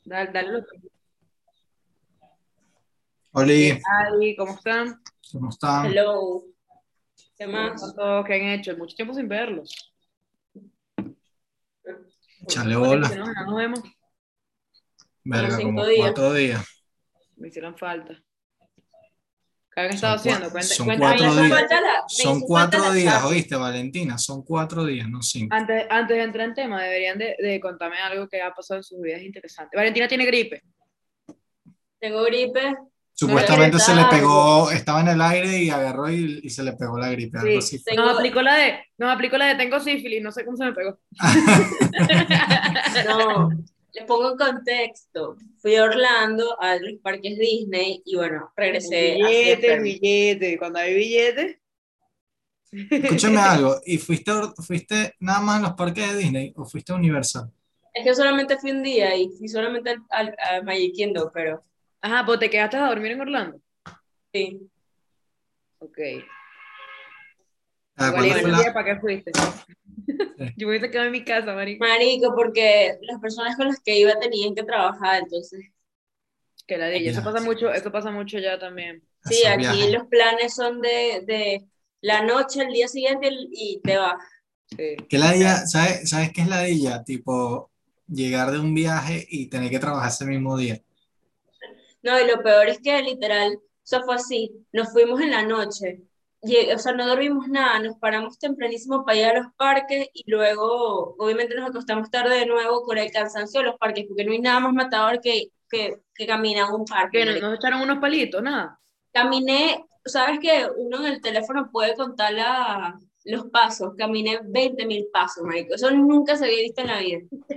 Dale, dale lo Oli, que hay, ¿cómo están? ¿cómo están? Hello, ¿qué ¿Cómo están más? todos? ¿Qué han hecho? Mucho tiempo sin verlos. Échale Parece bola. que no nos vemos. Como Verga, cinco como días. 4 días. Me hicieron falta. ¿Qué han estado Son, cua- haciendo? son A mí me Cuéntame cuatro hizo días. antes, falta me Son hizo falta cuatro la días, charla. ¿oíste, Valentina? Son 4 días, no 5. antes de entrar en tema, deberían de contarme algo que ha pasado en sus vidas interesantes. Valentina tiene gripe. Tengo gripe, No la estoy quiere. Supuestamente se le afectada. pegó, estaba en el aire y agarró y se le pegó la gripe, algo Sí, así fue. Tengo, nos aplicó la de tengo sífilis, no sé cómo se me pegó. no, les pongo en contexto. Fui a Orlando, a los parques Disney, y bueno, regresé así Billetes, enfermo. billetes. Cuando hay billetes. Escúchame algo, ¿y fuiste nada más a los parques de Disney o fuiste a Universal? Es que solamente fui un día y fui solamente al Magic Kingdom, pero Ajá, pues te quedaste a dormir en Orlando. sí. Ok. Ah, Igual ¿cuándo ese fue Bueno, día, ¿para qué fuiste? sí. Yo me hubiese quedado en mi casa, marico. marico, porque las personas con las que iba tenían que trabajar, entonces, Que ladilla. Ya, Eso pasa mucho ya también. sí, esos aquí viajes. los planes son de la noche, el día siguiente y te vas. Sí. ¿Qué ladilla? ¿Sabes qué es ladilla? Tipo, llegar de un viaje y tener que trabajar ese mismo día. No, y lo peor es que literal, eso fue así, nos fuimos en la noche, o sea, no dormimos nada, nos paramos tempranísimo para ir a los parques y luego, obviamente nos acostamos tarde de nuevo con el cansancio de los parques, porque no hay nada más matador que caminar en un parque, ¿Qué? marico. Nos echaron unos palitos? Nada. Caminé, sabes que uno en el teléfono puede contar los pasos, caminé 20.000 pasos, marico, eso nunca se había visto en la vida.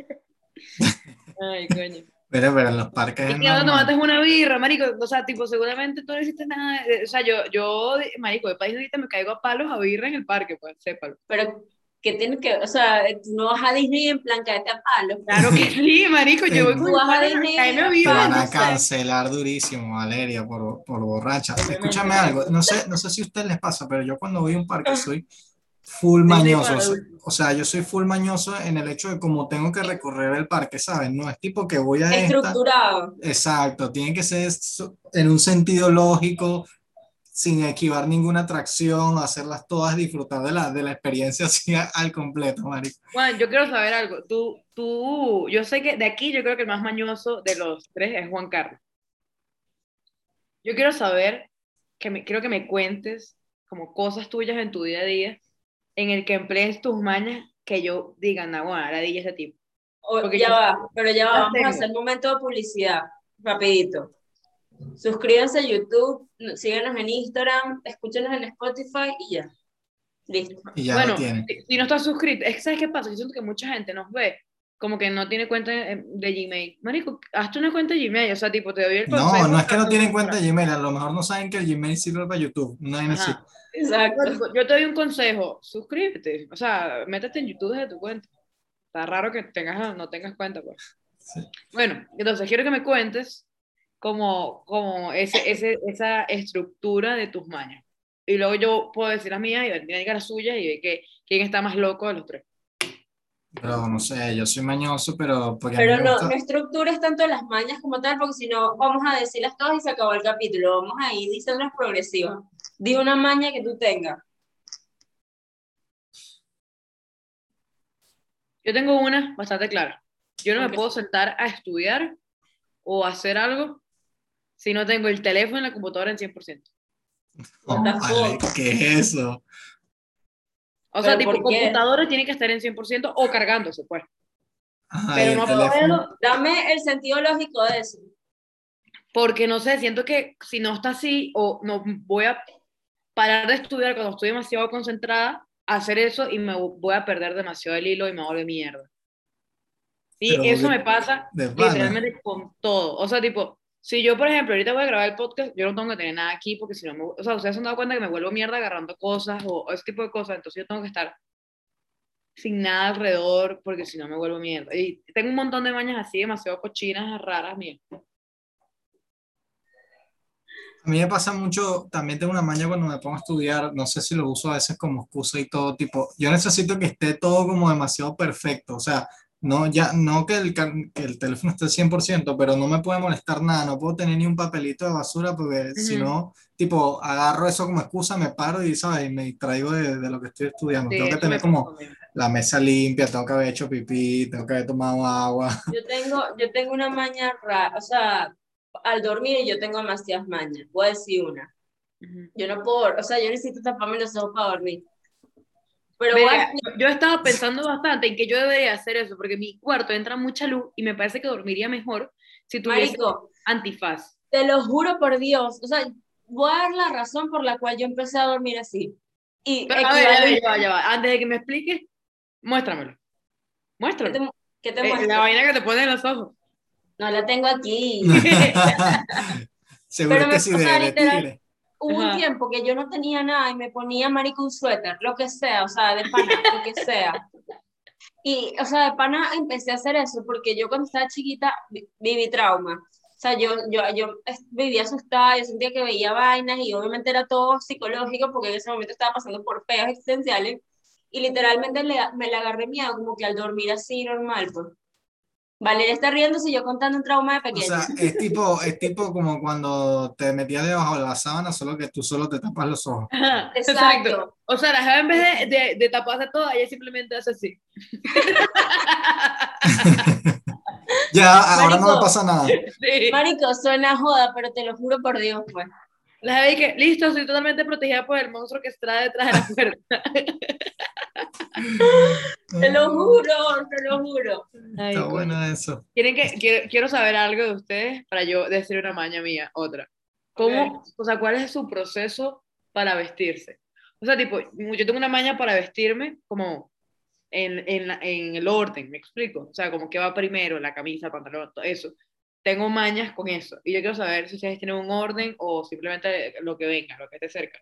Ay, coño. Pero en los parques Y es que no normal. tomaste una birra, marico. O sea, tipo, seguramente tú no hiciste nada. O sea, marico, de país ahorita me caigo a palos a birra en el parque, pues, sépalo. Pero que tienes que, o sea, tú no vas a Disney en plan caerte a palos. Claro que sí, marico. Yo voy Te, con Tú el vas a palo a Disney caerme a a te birra. van a palos, cancelar durísimo, Valeria, por borracha. Obviamente, Escúchame algo, marico. no sé si a ustedes les pasa, pero yo cuando voy a un parque soy full Disney mañoso. para O sea, adultos. o sea, yo soy full mañoso en el hecho de cómo tengo que recorrer el parque, ¿sabes? No es tipo que voy a esta. estructurado. Exacto, tiene que ser en un sentido lógico, sin esquivar ninguna atracción, hacerlas todas, disfrutar de la experiencia así al completo, marico. Juan, yo quiero saber algo. Yo sé que de aquí yo creo que el más mañoso de los tres es Juan Carlos. Yo quiero saber, quiero que me cuentes como cosas tuyas en tu día a día en el que emplees tus mañas que yo diga, no, bueno, ahora dije ese tipo. Porque Ya va, pero ya va, las vamos a tengo. hacer un momento de publicidad, rapidito. Suscríbanse a YouTube, síganos en Instagram, escúchenos en Spotify y ya. Listo. Y ya lo Bueno, tienen. si no estás suscrito, es que ¿sabes qué pasa? Yo siento que mucha gente nos ve como que no tiene cuenta de Gmail. Marico, hazte una cuenta de Gmail, o sea, tipo, te doy el No, no consejo. es que no tienen cuenta de Gmail, a lo mejor no saben que el Gmail sirve para YouTube, no es así. Ajá. No, Exacto. tipo, yo te doy un consejo, suscríbete, o sea, métete en YouTube desde tu cuenta. Está raro que no tengas cuenta, pues. Sí. Bueno, entonces quiero que me cuentes como esa estructura de tus mañas. Y luego yo puedo decir las mías y Valentina diga las suyas y ver quién está más loco de los tres. Pero no sé, yo soy mañoso, pero porque a mí Pero me no, no gusta. estructures tanto las mañas como tal, porque si no, vamos a decirlas todas y se acabó el capítulo. Vamos a ir diciendo las progresivas. Di una maña que tú tengas. Yo tengo una bastante clara. Yo no me Ok. puedo sentar a estudiar o a hacer algo si no tengo el teléfono y la computadora en 100%. What Oh, the vale, fuck. ¿qué es eso? O sea, ¿Pero tipo, por qué? computadora tiene que estar en 100% o cargándose, pues. Ajá, y Pero el no teléfono. puedo Dame el sentido lógico de eso. porque no sé, siento que si no está así o no voy a parar de estudiar cuando estoy demasiado concentrada, hacer eso y me voy a perder demasiado el hilo y me vuelve mierda. Y Pero eso me pasa de pana. literalmente con todo. O sea, tipo, si yo, por ejemplo, ahorita voy a grabar el podcast, yo no tengo que tener nada aquí porque si no o sea, ustedes se han dado cuenta que me vuelvo mierda agarrando cosas o ese tipo de cosas, entonces yo tengo que estar sin nada alrededor porque si no me vuelvo mierda. Y tengo un montón de mañas así, demasiado cochinas, raras mías. A mí me pasa mucho, también tengo una maña cuando me pongo a estudiar, no sé si lo uso a veces como excusa y todo, tipo, yo necesito que esté todo como demasiado perfecto, o sea, No, ya, no que el teléfono esté al 100%, pero no me puede molestar nada, no puedo tener ni un papelito de basura porque si Ujú. no, tipo, agarro eso como excusa, me paro y, ¿sabes? Y me distraigo de lo que estoy estudiando. Sí, Tengo que eso me tener pasa como también. la mesa limpia, tengo que haber hecho pipí, tengo que haber tomado agua. Yo tengo una maña rara, o sea, al dormir yo tengo demasiadas mañas. Voy a decir una. Ujú. Yo no puedo, o sea, yo necesito taparme los ojos para dormir. Pero voy a Verga, explicar, yo estaba pensando bastante en que yo debería hacer eso, porque mi cuarto entra mucha luz y me parece que dormiría mejor si tuviese marico, antifaz. te lo juro por Dios, o sea, voy a dar la razón por la cual yo empecé a dormir así. Y Pero, a ver, equivalente, ya va. Antes de que me expliques, muéstramelo. ¿qué te, Muéstralo. qué te La muestro? vaina que te pone en los ojos. No la tengo aquí. Seguro Pero es que sí, o sea, de literal, tigre. hubo un Ajá. tiempo que yo no tenía nada y me ponía marico un suéter, lo que sea, o sea, de pana, lo que sea. Y, o sea, de pana empecé a hacer eso porque yo cuando estaba chiquita viví trauma. O sea, vivía asustada, yo sentía que veía vainas y obviamente era todo psicológico porque en ese momento estaba pasando por feas existenciales y literalmente me le agarré miedo como que al dormir así normal, pues. Valeria está riéndose y yo contando un trauma de O pequeña. sea, es tipo como cuando te metías debajo de la sábana, solo que tú solo te tapas los ojos. Ajá, exacto. Exacto. O sea, la jeva en vez de taparse todo, ella simplemente hace así. Ya, ahora no me Marico, pasa nada. Sí. Marico, suena joda, pero te lo juro por Dios, pues. La jeva dice, listo, estoy totalmente protegida por el monstruo que está detrás de la puerta. Te lo juro. Está Ay, coño. bueno eso. Quiero saber algo de ustedes para yo decir una maña mía, otra. Okay. O sea, cuál es su proceso para vestirse? O sea, tipo, yo tengo una maña para vestirme como en el orden, ¿me explico? O sea, como que va primero, la camisa, el pantalón, todo eso. Tengo mañas con eso. Y yo quiero saber si ustedes tienen un orden o simplemente lo que venga, lo que esté cerca.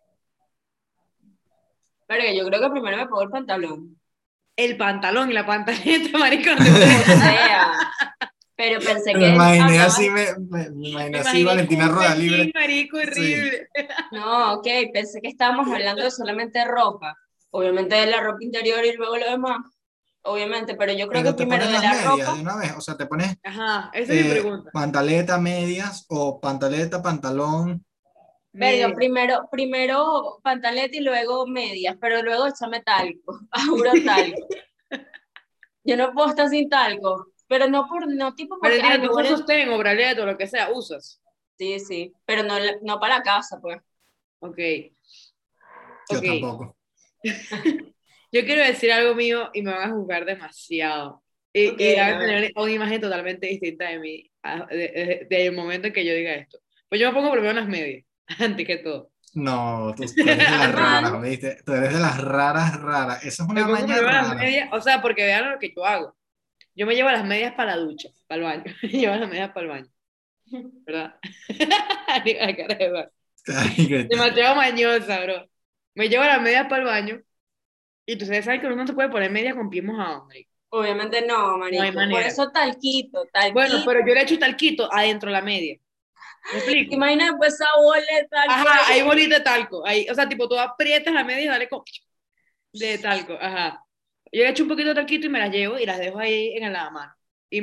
Pero yo creo que primero me pongo el pantalón. El pantalón y la pantaleta, maricón, te Como pones. sea. Pero pensé Me que imaginé hablabas. así, me imaginé Me así imaginé Valentina un Rueda vestido, Libre. marico, Sí. horrible. No, ok, pensé que estábamos hablando de solamente ropa. Obviamente de la ropa interior y luego lo demás. Obviamente, pero yo creo que Pero te primero pones de las la medias ropa. de una vez, o sea, te pones Ajá, esa es mi pregunta. pantaleta, medias o pantaleta, pantalón. Verga, Media. primero pantaleta y luego medias, pero luego échame talco, juro talco. Yo no puedo estar sin talco, pero no tipo porque, Valentina, ay, tú me usas huele. sostén o braleto o lo que sea, usas. Sí, sí, pero no, no para la casa, pues. Ok, Yo ok. tampoco. Yo quiero decir algo mío y me van a juzgar demasiado. Ok, Y van a a ver. tener una imagen totalmente distinta de mí del momento en que yo diga esto. Pues yo me pongo primero las medias, antes que todo. No, tú eres de las Normal. raras, ¿viste? Tú eres de las raras, raras. Eso es Me una pongo maña primero las rara. medias, o sea, porque vean lo que yo hago. Yo me llevo las medias para la ducha, para el baño. Me llevo las medias para el baño, ¿verdad? La cara de Eduardo. Ay, Demasiado mañosa, bro. Me llevo las medias para el baño y ustedes saben que uno no se puede poner medias con pies mojados, marico. Obviamente no, No hay marico. Por manera. eso talquito, Bueno, pero talquito. yo le echo talquito adentro de la media. ¿Me explico? Imagina después esa bola de talco Ajá, ahí. hay bolita de talco. Ahí, o sea, tipo, tú aprietas la media y dale con de talco. Ajá. Yo le echo un poquito de talquito y me las llevo y las dejo ahí en el lavamanos. Y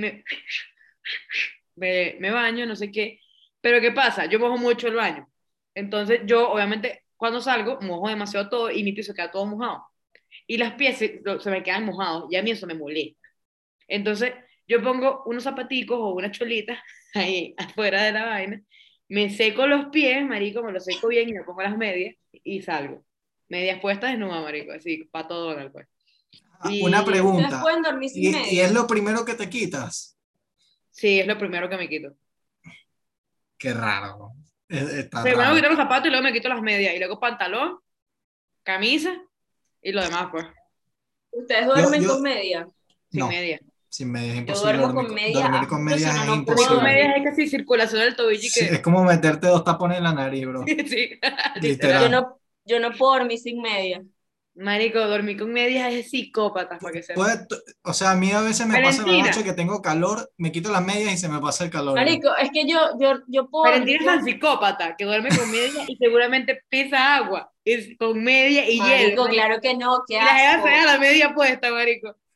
me baño, no sé qué. Pero ¿qué pasa? Yo mojo mucho el baño. Entonces, yo, obviamente, cuando salgo, mojo demasiado todo y mi piso queda todo mojado. Y las pies se me quedan mojados y a mí eso me molesta. Entonces, yo pongo unos zapaticos o unas cholitas ahí afuera de la vaina, me seco los pies, marico, me los seco bien y me pongo las medias y salgo. Medias puestas desnuda, marico, así, para todo Donald, pues. Una Y Ustedes pregunta. pueden dormir sin Y es media. lo primero que te quitas? sí, es lo primero que me quito. Qué raro. Está Primero me raro. quito los zapatos y luego me quito las medias. Y luego pantalón, camisa y lo demás, pues, Ustedes Yo, duermen con yo, media. sin no. media. Sin medias es Yo imposible. duermo con media, Dormir a con juro, si medias no, es no Dormir puedo con imposible. medias dormir. es casi circulación del tobillo y Sí, que, es como meterte dos tapones en la nariz, bro. sí, Yo literal. Literal. no, yo no puedo dormir sin media. Marico, dormir con medias es psicópata, para que sepan. O sea, a mí a veces me pasa en la noche Valentina, que tengo calor, me quito las medias y se me pasa el calor, bro. Marico, es que yo puedo dormir Valentina es tan con. psicópata que duerme con media y seguramente pisa agua. Es con media y hielo, Marico, marico. claro que no, qué Y la jeva se deja asco. la media puesta, marico.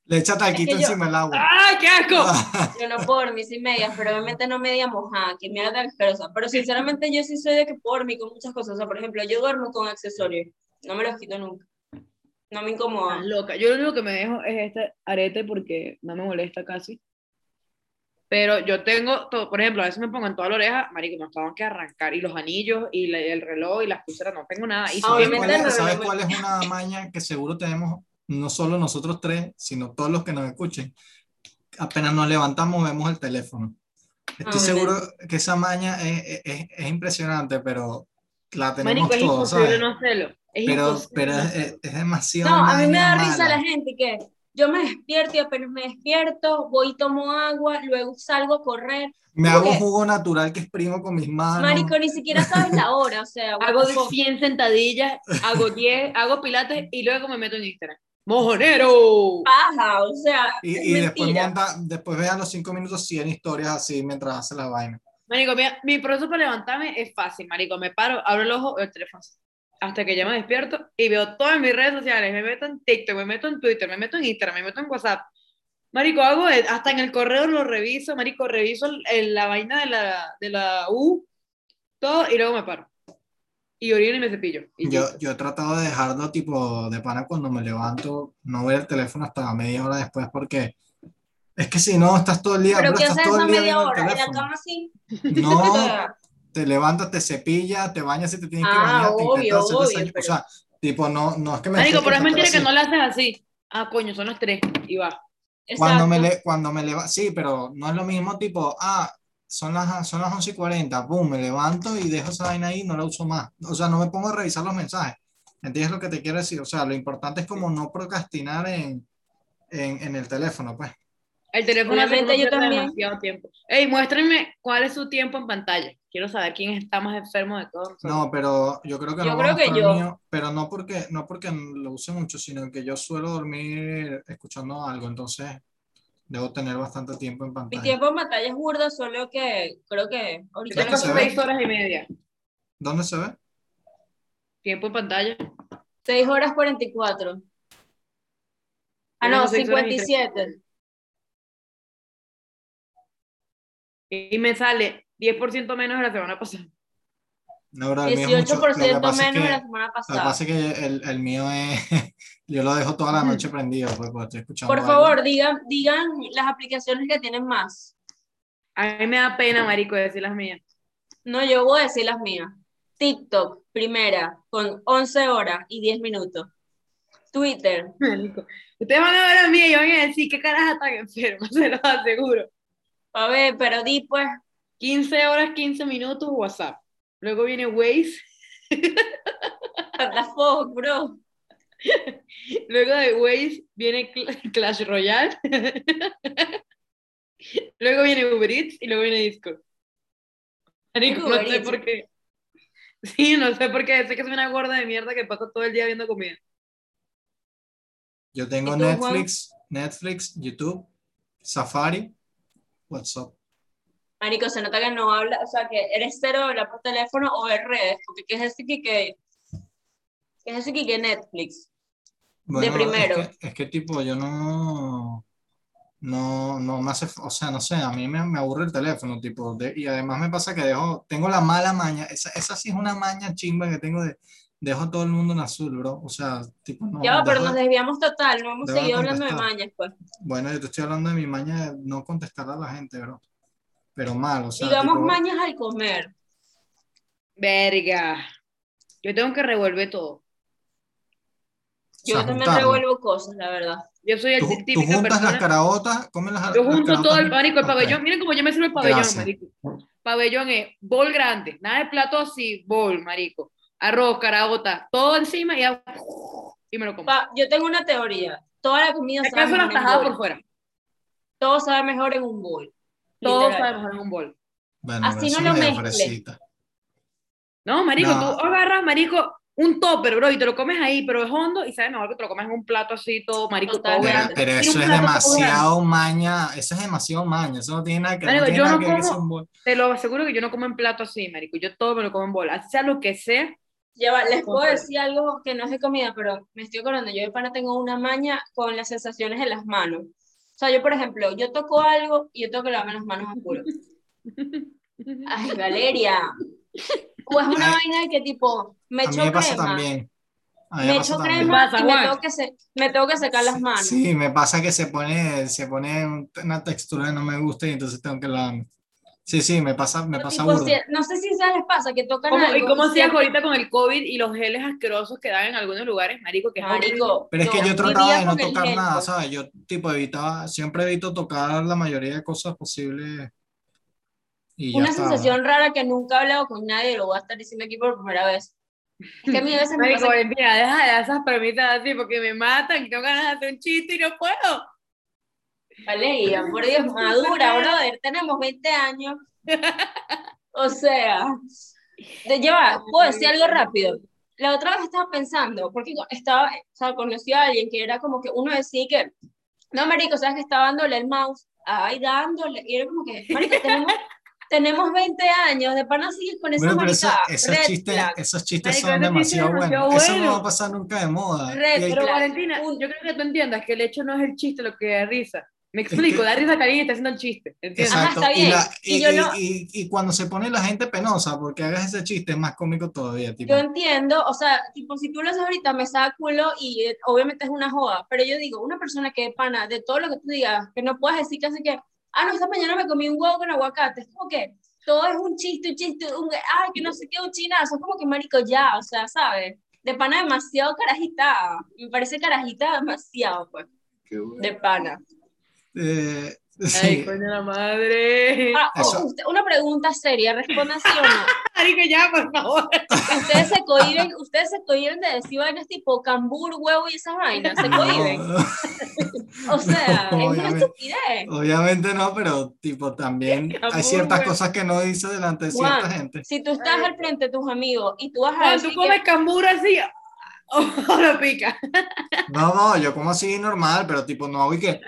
Le echa Es talquito que yo, encima del agua. ¡Ay, qué asco! yo no puedo dormir sin medias, pero obviamente no media mojada, que me haga tan asquerosa. Pero sinceramente yo sí soy de que puedo dormir con muchas cosas. O sea, por ejemplo, yo duermo con accesorios. No me los quito nunca. No me Estás incomoda. loca. Yo lo único que me dejo es este arete porque no me molesta casi. Pero yo tengo, todo, por ejemplo, a veces me pongo en toda la oreja, marico, me tengo que arrancar. Y los anillos, y el reloj, y las pulseras, no tengo nada. Y si ¿Sabes tengo, cuál Obviamente el es, reloj sabes cuál es una maña que seguro tenemos, no solo nosotros tres, sino todos los que nos escuchen? Apenas nos levantamos, vemos el teléfono. Estoy seguro obviamente. que esa maña es impresionante, pero la marico, tenemos es todos, imposible ¿sabes? no hacerlo. Es Pero imposible no hacerlo. es demasiado No, a mí me maña da risa la mala. gente que yo me despierto y apenas me despierto, voy y tomo agua, luego salgo a correr. Me Como hago que, jugo natural que exprimo con mis manos. marico, ni siquiera sabes la hora, o sea, what Hago the de fuck. 100 sentadillas, hago 10, hago pilates y luego me meto en Instagram. ¡Mojonero! Paja, o sea, es Y después mentira. después ve a los 5 minutos 100 historias así mientras hace la vaina. Marico, mira, mi proceso para levantarme es fácil, marico. Me paro, abro el ojo, veo el teléfono. Hasta que ya me despierto y veo todas mis redes sociales. Me meto en TikTok, me meto en Twitter, me meto en Instagram, me meto en WhatsApp. Marico, hasta en el correo lo reviso, marico, reviso la vaina de la U, todo, y luego me paro. Y orino y me cepillo. Y listo. Yo he tratado de dejarlo tipo de pana cuando me levanto, no ver el teléfono hasta media hora después porque es que si no, estás todo el día, Pero bro, ¿qué estás haces todo esa el día media viendo el hora? En la teléfono. cama sí. O No, sea, te levantas, te cepillas, te bañas si te tienes que ah, bañar, te intentas obvio, hacer obvio, desayuno. O pero sea, tipo, no es que me Marico, despierto pero es para estar mentira que no así. lo haces así. Ah, coño, son las 3 y va. exacto. Cuando me levanto, sí, pero no es lo mismo, tipo, son las 11:40, boom, me levanto y dejo esa vaina ahí, no la uso más. O sea, no me pongo a revisar los mensajes. ¿Entiendes lo que te quiero decir? O sea, lo importante es como no procrastinar en el teléfono, pues. El teléfono hace que Obviamente uno yo pierda también. demasiado tiempo. Ey, muéstrenme cuál es su tiempo en pantalla. Quiero saber quién está más enfermo de todos nosotros. No, pero yo creo que no Yo voy a creo que mostrar el yo. mío, pero no porque lo use mucho, sino que yo suelo dormir escuchando algo, entonces debo tener bastante tiempo en Mi pantalla. tiempo en pantalla es burdo, solo que creo que Yo ahorita tengo ¿Dónde lo se puedo ve? 6 horas y media. ¿Dónde se ve? Tiempo en pantalla. 6 horas 44. Ah, Yo no, tengo 6 horas cincuenta y y 3. siete Y me sale 10% menos de la semana pasada. No, bro, el mío es dieciocho mucho. por ciento menos de la semana Lo que pasada. pasa es que el mío es, yo lo dejo toda la noche prendido, pues, porque estoy Por escuchando algo. favor, digan las aplicaciones que tienen más. A mí me da pena, marico, decir las mías. No, yo voy a decir las mías. TikTok, primera, con 11 horas y 10 minutos. Twitter, Marico. Ustedes van a ver a mí y van a decir qué caraja tan enfermo, se los aseguro. a ver, pero di pues, 15 horas, 15 minutos, WhatsApp. Luego viene Waze. what the fuck, bro. Luego de Waze viene Clash Royale. Luego viene Uber Eats y luego viene Discord. Es Marico, Uber no sé Eats. por qué. Sí, no sé por qué. Sé que soy una gorda de mierda que pasa todo el día viendo comida. Yo tengo ¿Y tú, Juan? Netflix, YouTube, Safari, WhatsApp. Marico, se nota que no habla, o sea, que eres cero de hablar por teléfono o de redes, porque ¿qué es ese que Netflix? De Bueno, bro, primero. es que tipo, yo no me hace, o sea, no sé, a mí me aburre el teléfono, tipo, y además me pasa que tengo la mala maña, esa sí es una maña chimba que tengo dejo a todo el mundo en azul, bro, o sea, tipo, Ya no, va, pero nos desviamos total, no hemos dejo de seguido hablando de contestar. mañas, pues. Bueno, yo te estoy hablando de mi maña de no contestar a la gente, bro, pero mal, o sea, Digamos tipo, mañas al comer. Verga. Yo tengo que revolver todo. o sea, Yo también juntarlo. revuelvo cosas, la verdad. Yo soy el Tú típica juntas las persona. caraotas, comes Yo las junto todo caraotas. el marico, el Ok, pabellón. Miren cómo yo me sirvo el pabellón, gracias. marico. Pabellón es bol grande, nada de plato así, bol, marico. Arroz, caraota, todo encima y me lo como. Yo tengo una teoría. Toda la comida Si sabe acaso las mejor en tajadas por bol. fuera. Todo sabe mejor en un bol. Todo Literal. sabe mejor en un bol. Bueno, pero Así no eso es lo medio mezcles. fresita. No, marico, tú No, agarras, marico, un topper, bro, y te lo comes ahí, pero es hondo y sabe mejor que te lo comes en un plato así, todo, marico, todo grande. Totalmente. pero Tiene eso un es plato todo grande. demasiado maña, eso es demasiado maña, eso no tiene nada que ver, no Marico, tiene yo nada no que ver que sea como, un bol. te lo aseguro que yo no como en plato así, marico. Yo todo me lo como en bol. Así sea lo que sea, Les puedo decir algo que no es de comida, pero me estoy acordando, yo de pana tengo una maña con las sensaciones en las manos. O sea, yo, por ejemplo, yo toco algo y yo tengo que lavarme las manos a juro. Ay, Valeria. O es una A, vaina de que tipo, me a mí echo me pasa crema, también. A mí me me pasa echo ¿Qué también. crema pasa, y Juan? me tengo que secar las Sí, manos. sí, me pasa que se pone una textura que no me gusta y entonces tengo que lavarme. Sí, sí, me O pasa tipo, burda. no sé si a ustedes les pasa que tocan ¿Y algo y cómo hacías sienten, ahorita con el COVID y los geles asquerosos que dan en algunos lugares, marico, que es horrible? marico, Pero es que yo yo trataba vivía de no con el tocar gel, nada, pues. ¿sabes? Yo tipo siempre evito tocar la mayoría de cosas posibles y ya Una estaba. sensación rara que nunca he hablado con nadie, lo voy a estar diciendo aquí por primera vez. Es que a mí a veces me Marico, pasa que, Valentina, deja de dar esas premisas así porque me matan y tengo ganas de hacer un chiste y no puedo. Valeria, por Dios, Es súper madura, raro. brother, tenemos 20 años, o sea, puedo decir algo rápido. La otra vez estaba pensando, porque estaba, o sea, conocí a alguien que era como que uno decía que, no, marico, sabes que estaba dándole el mouse, ay, dándole, y era como que, marico, tenemos 20 años, de pana sigues con esa Bueno, pero maricada, red flag, esos chistes Marico, son ese chiste es demasiado buenos. demasiado Eso no va a bueno. pasar nunca de moda. red Pero flag, Valentina, yo creo que tú entiendas que el hecho no es el chiste lo que da risa. Me Es explico, que, da risa que alguien está haciendo el chiste, ¿entiendes? ajá, exacto. está bien, y yo lo, Y cuando se pone la gente penosa porque hagas ese chiste es más cómico todavía, yo tipo. entiendo, o sea, tipo, si tú lo haces ahorita me saca culo y obviamente es una joda, pero yo digo, una persona que es pana de todo lo que tú digas, que no puedes decir casi que, ah, no, esta mañana me comí un huevo con aguacate, es como que todo es un chiste, ay, que no sé qué, un chinazo, es como que marico ya, o sea, ¿sabes? De pana demasiado carajita, me parece carajita demasiado, pues, Qué de bueno. pana. Ay, Sí, coño la madre. Ah, eso. una pregunta seria, respondan sí o no. Marico, ya, por favor. Ustedes se cohiben de decir vainas tipo cambur, huevo y esas vainas, se No, cohiben. O no, sea, es una estupidez. obviamente no, pero tipo también hay Cambur, ciertas güey. cosas que no dice delante de cierta Juan, gente. si tú estás Ay, al frente de tus amigos y tú vas a Juan, ¿tú decir que, comes cambur así o lo pica? No, no, yo como así normal, pero tipo no, y que,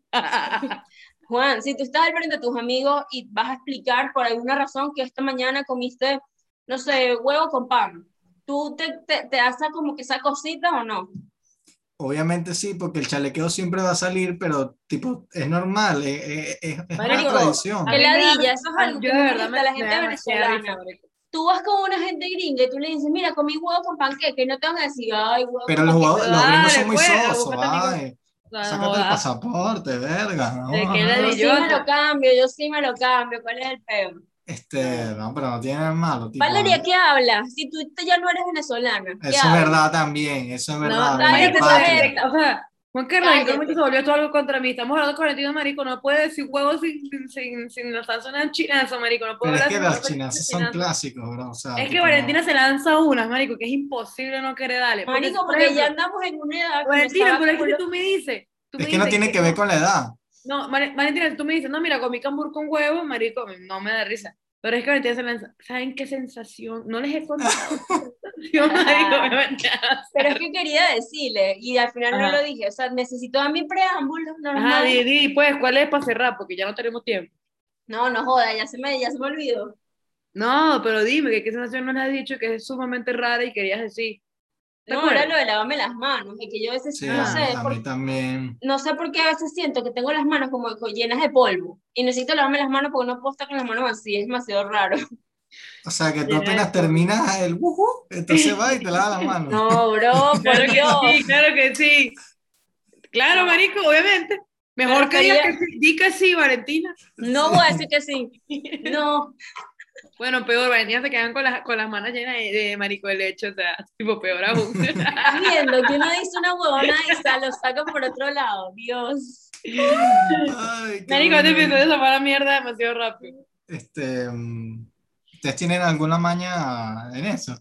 Juan, si tú estás al frente de tus amigos y vas a explicar por alguna razón que esta mañana comiste, no sé, huevo con pan, ¿tú te haces como que esa cosita o no? obviamente sí, porque el chalequeo siempre va a salir, pero tipo es normal, es una Marico, Marico, a que tradición. mí me da, ladilla, eso es algo yo que de me verdad molesta a la me gente da demasiada risa, venezolana. marico. Tú vas con una gente gringa y tú le dices, mira, comí huevo con panqueque, y no te van a decir, ay, huevo Pero con panqueque. Pero los gringos son dale, muy pues, sosos, búscate mi cosa. ay, No sácate el jodas, pasaporte, verga, no, qué Yo ajá. sí me lo ladillosa. cambio, yo sí me lo cambio, ¿cuál es el peor? No, pero no tiene nada malo, tipo, Valeria, ¿qué hablas? Si tú ya no eres venezolana, ¿qué eso es hablas? verdad también, eso es No, verdad, no, venga marico, Cállate, patria. o sea, Juan Carlos, ¿en qué momento se cállate. volvió todo algo contra mí? Estamos hablando con Valentino, marico, no puede decir huevos sin lanzarse una chinazo, marico, no puedo Pero es hablar que sin las lanzarse chinazas son chinazo. clásicos, bro, o sea, Es que tipo, Valentina no, se lanza unas, marico, que es imposible no querer darle. Porque, Marico, por porque ya ejemplo, andamos en una edad que me Valentina, saca pero es que si culo. tú es me que no dices tiene que que ver no, con la edad. no, Valentina, si tú me dices, no, mira, comí cambur con huevo, marico, no me da risa. Pero es que Valentina se lanza, ¿saben qué sensación? No les he contado qué sensación, marico, me va a Pero es lanzar. que quería decirle, y al final no lo Ajá, dije, o sea, necesito a mi preámbulo ajá, normal. pues, ¿cuál es para cerrar? Porque ya no tenemos tiempo. No, no joda, ya se me olvidó. No, pero dime, ¿qué sensación nos has dicho que es sumamente rara y querías decir? ¿Te No, era acuerdas? lo de lavarme las manos, y que yo a veces, Sí, no sé, Ah, a mí también. no sé por qué a veces siento que tengo las manos como llenas de polvo, y necesito lavarme las manos porque no puedo estar con las manos así, es demasiado raro. O sea, que tú llena de apenas polvo. terminas el entonces va y te lava las manos. No, bro, por Claro que Dios. sí, claro que sí. Claro, No, marico, obviamente. me Mejor que digas refería, que sí. Di que sí, Valentina. no voy a decir que sí. No, Bueno, peor, Valentina se quedan con las manos llenas de marico de leche, o sea, tipo, peor aún. estás viendo que uno dice una huevona y lo sacan por otro lado. Dios. Ay, qué Marico, este bueno episodio eso. se fue a la mierda demasiado rápido. ¿Ustedes tienen alguna maña en eso?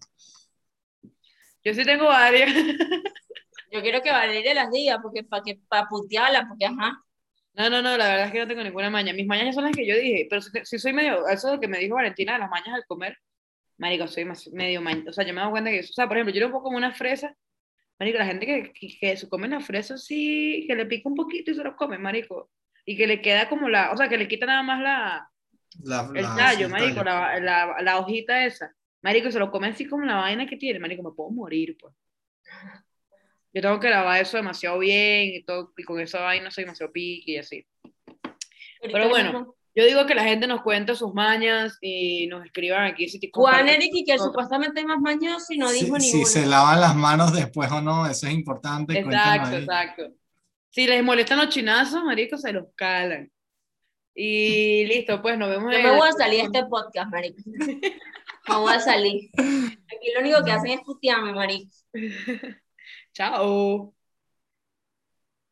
Yo sí tengo varias. Yo quiero que Valeria las diga, porque para putearla, porque ajá. No, la verdad es que no tengo ninguna maña. Mis mañas ya son las que yo dije, pero sí soy medio, eso que me dijo Valentina de las mañas al comer, marico, soy medio maña. O sea, yo me doy cuenta que, o sea, por ejemplo, yo era un poco como una fresa, marico, la gente que se come la fresa sí, que le pica un poquito y se lo come, marico. Y que le queda como o sea, que le quita nada más el tallo, Sí, el marico, tallo. la hojita esa. Marico, se lo come así como la vaina que tiene, marico, me puedo morir, pues. Yo tengo que lavar eso demasiado bien y todo, y con esa vaina soy demasiado pique y así. Pero bueno, No. yo digo que la gente nos cuente sus mañas y nos escriban aquí si te Juan comparten Eric, y con que nosotros. supuestamente es más mañoso y no dijo ni Si una. se lavan las manos después o no, eso es importante, cuéntanos Exacto, ahí. exacto. Si les molestan los chinazos, marico, se los calan. Y listo, pues nos vemos Yo en me el voy a salir de próximo. este podcast, marico. Me voy a salir. Aquí lo único que hacen es putearme, marico. Chao.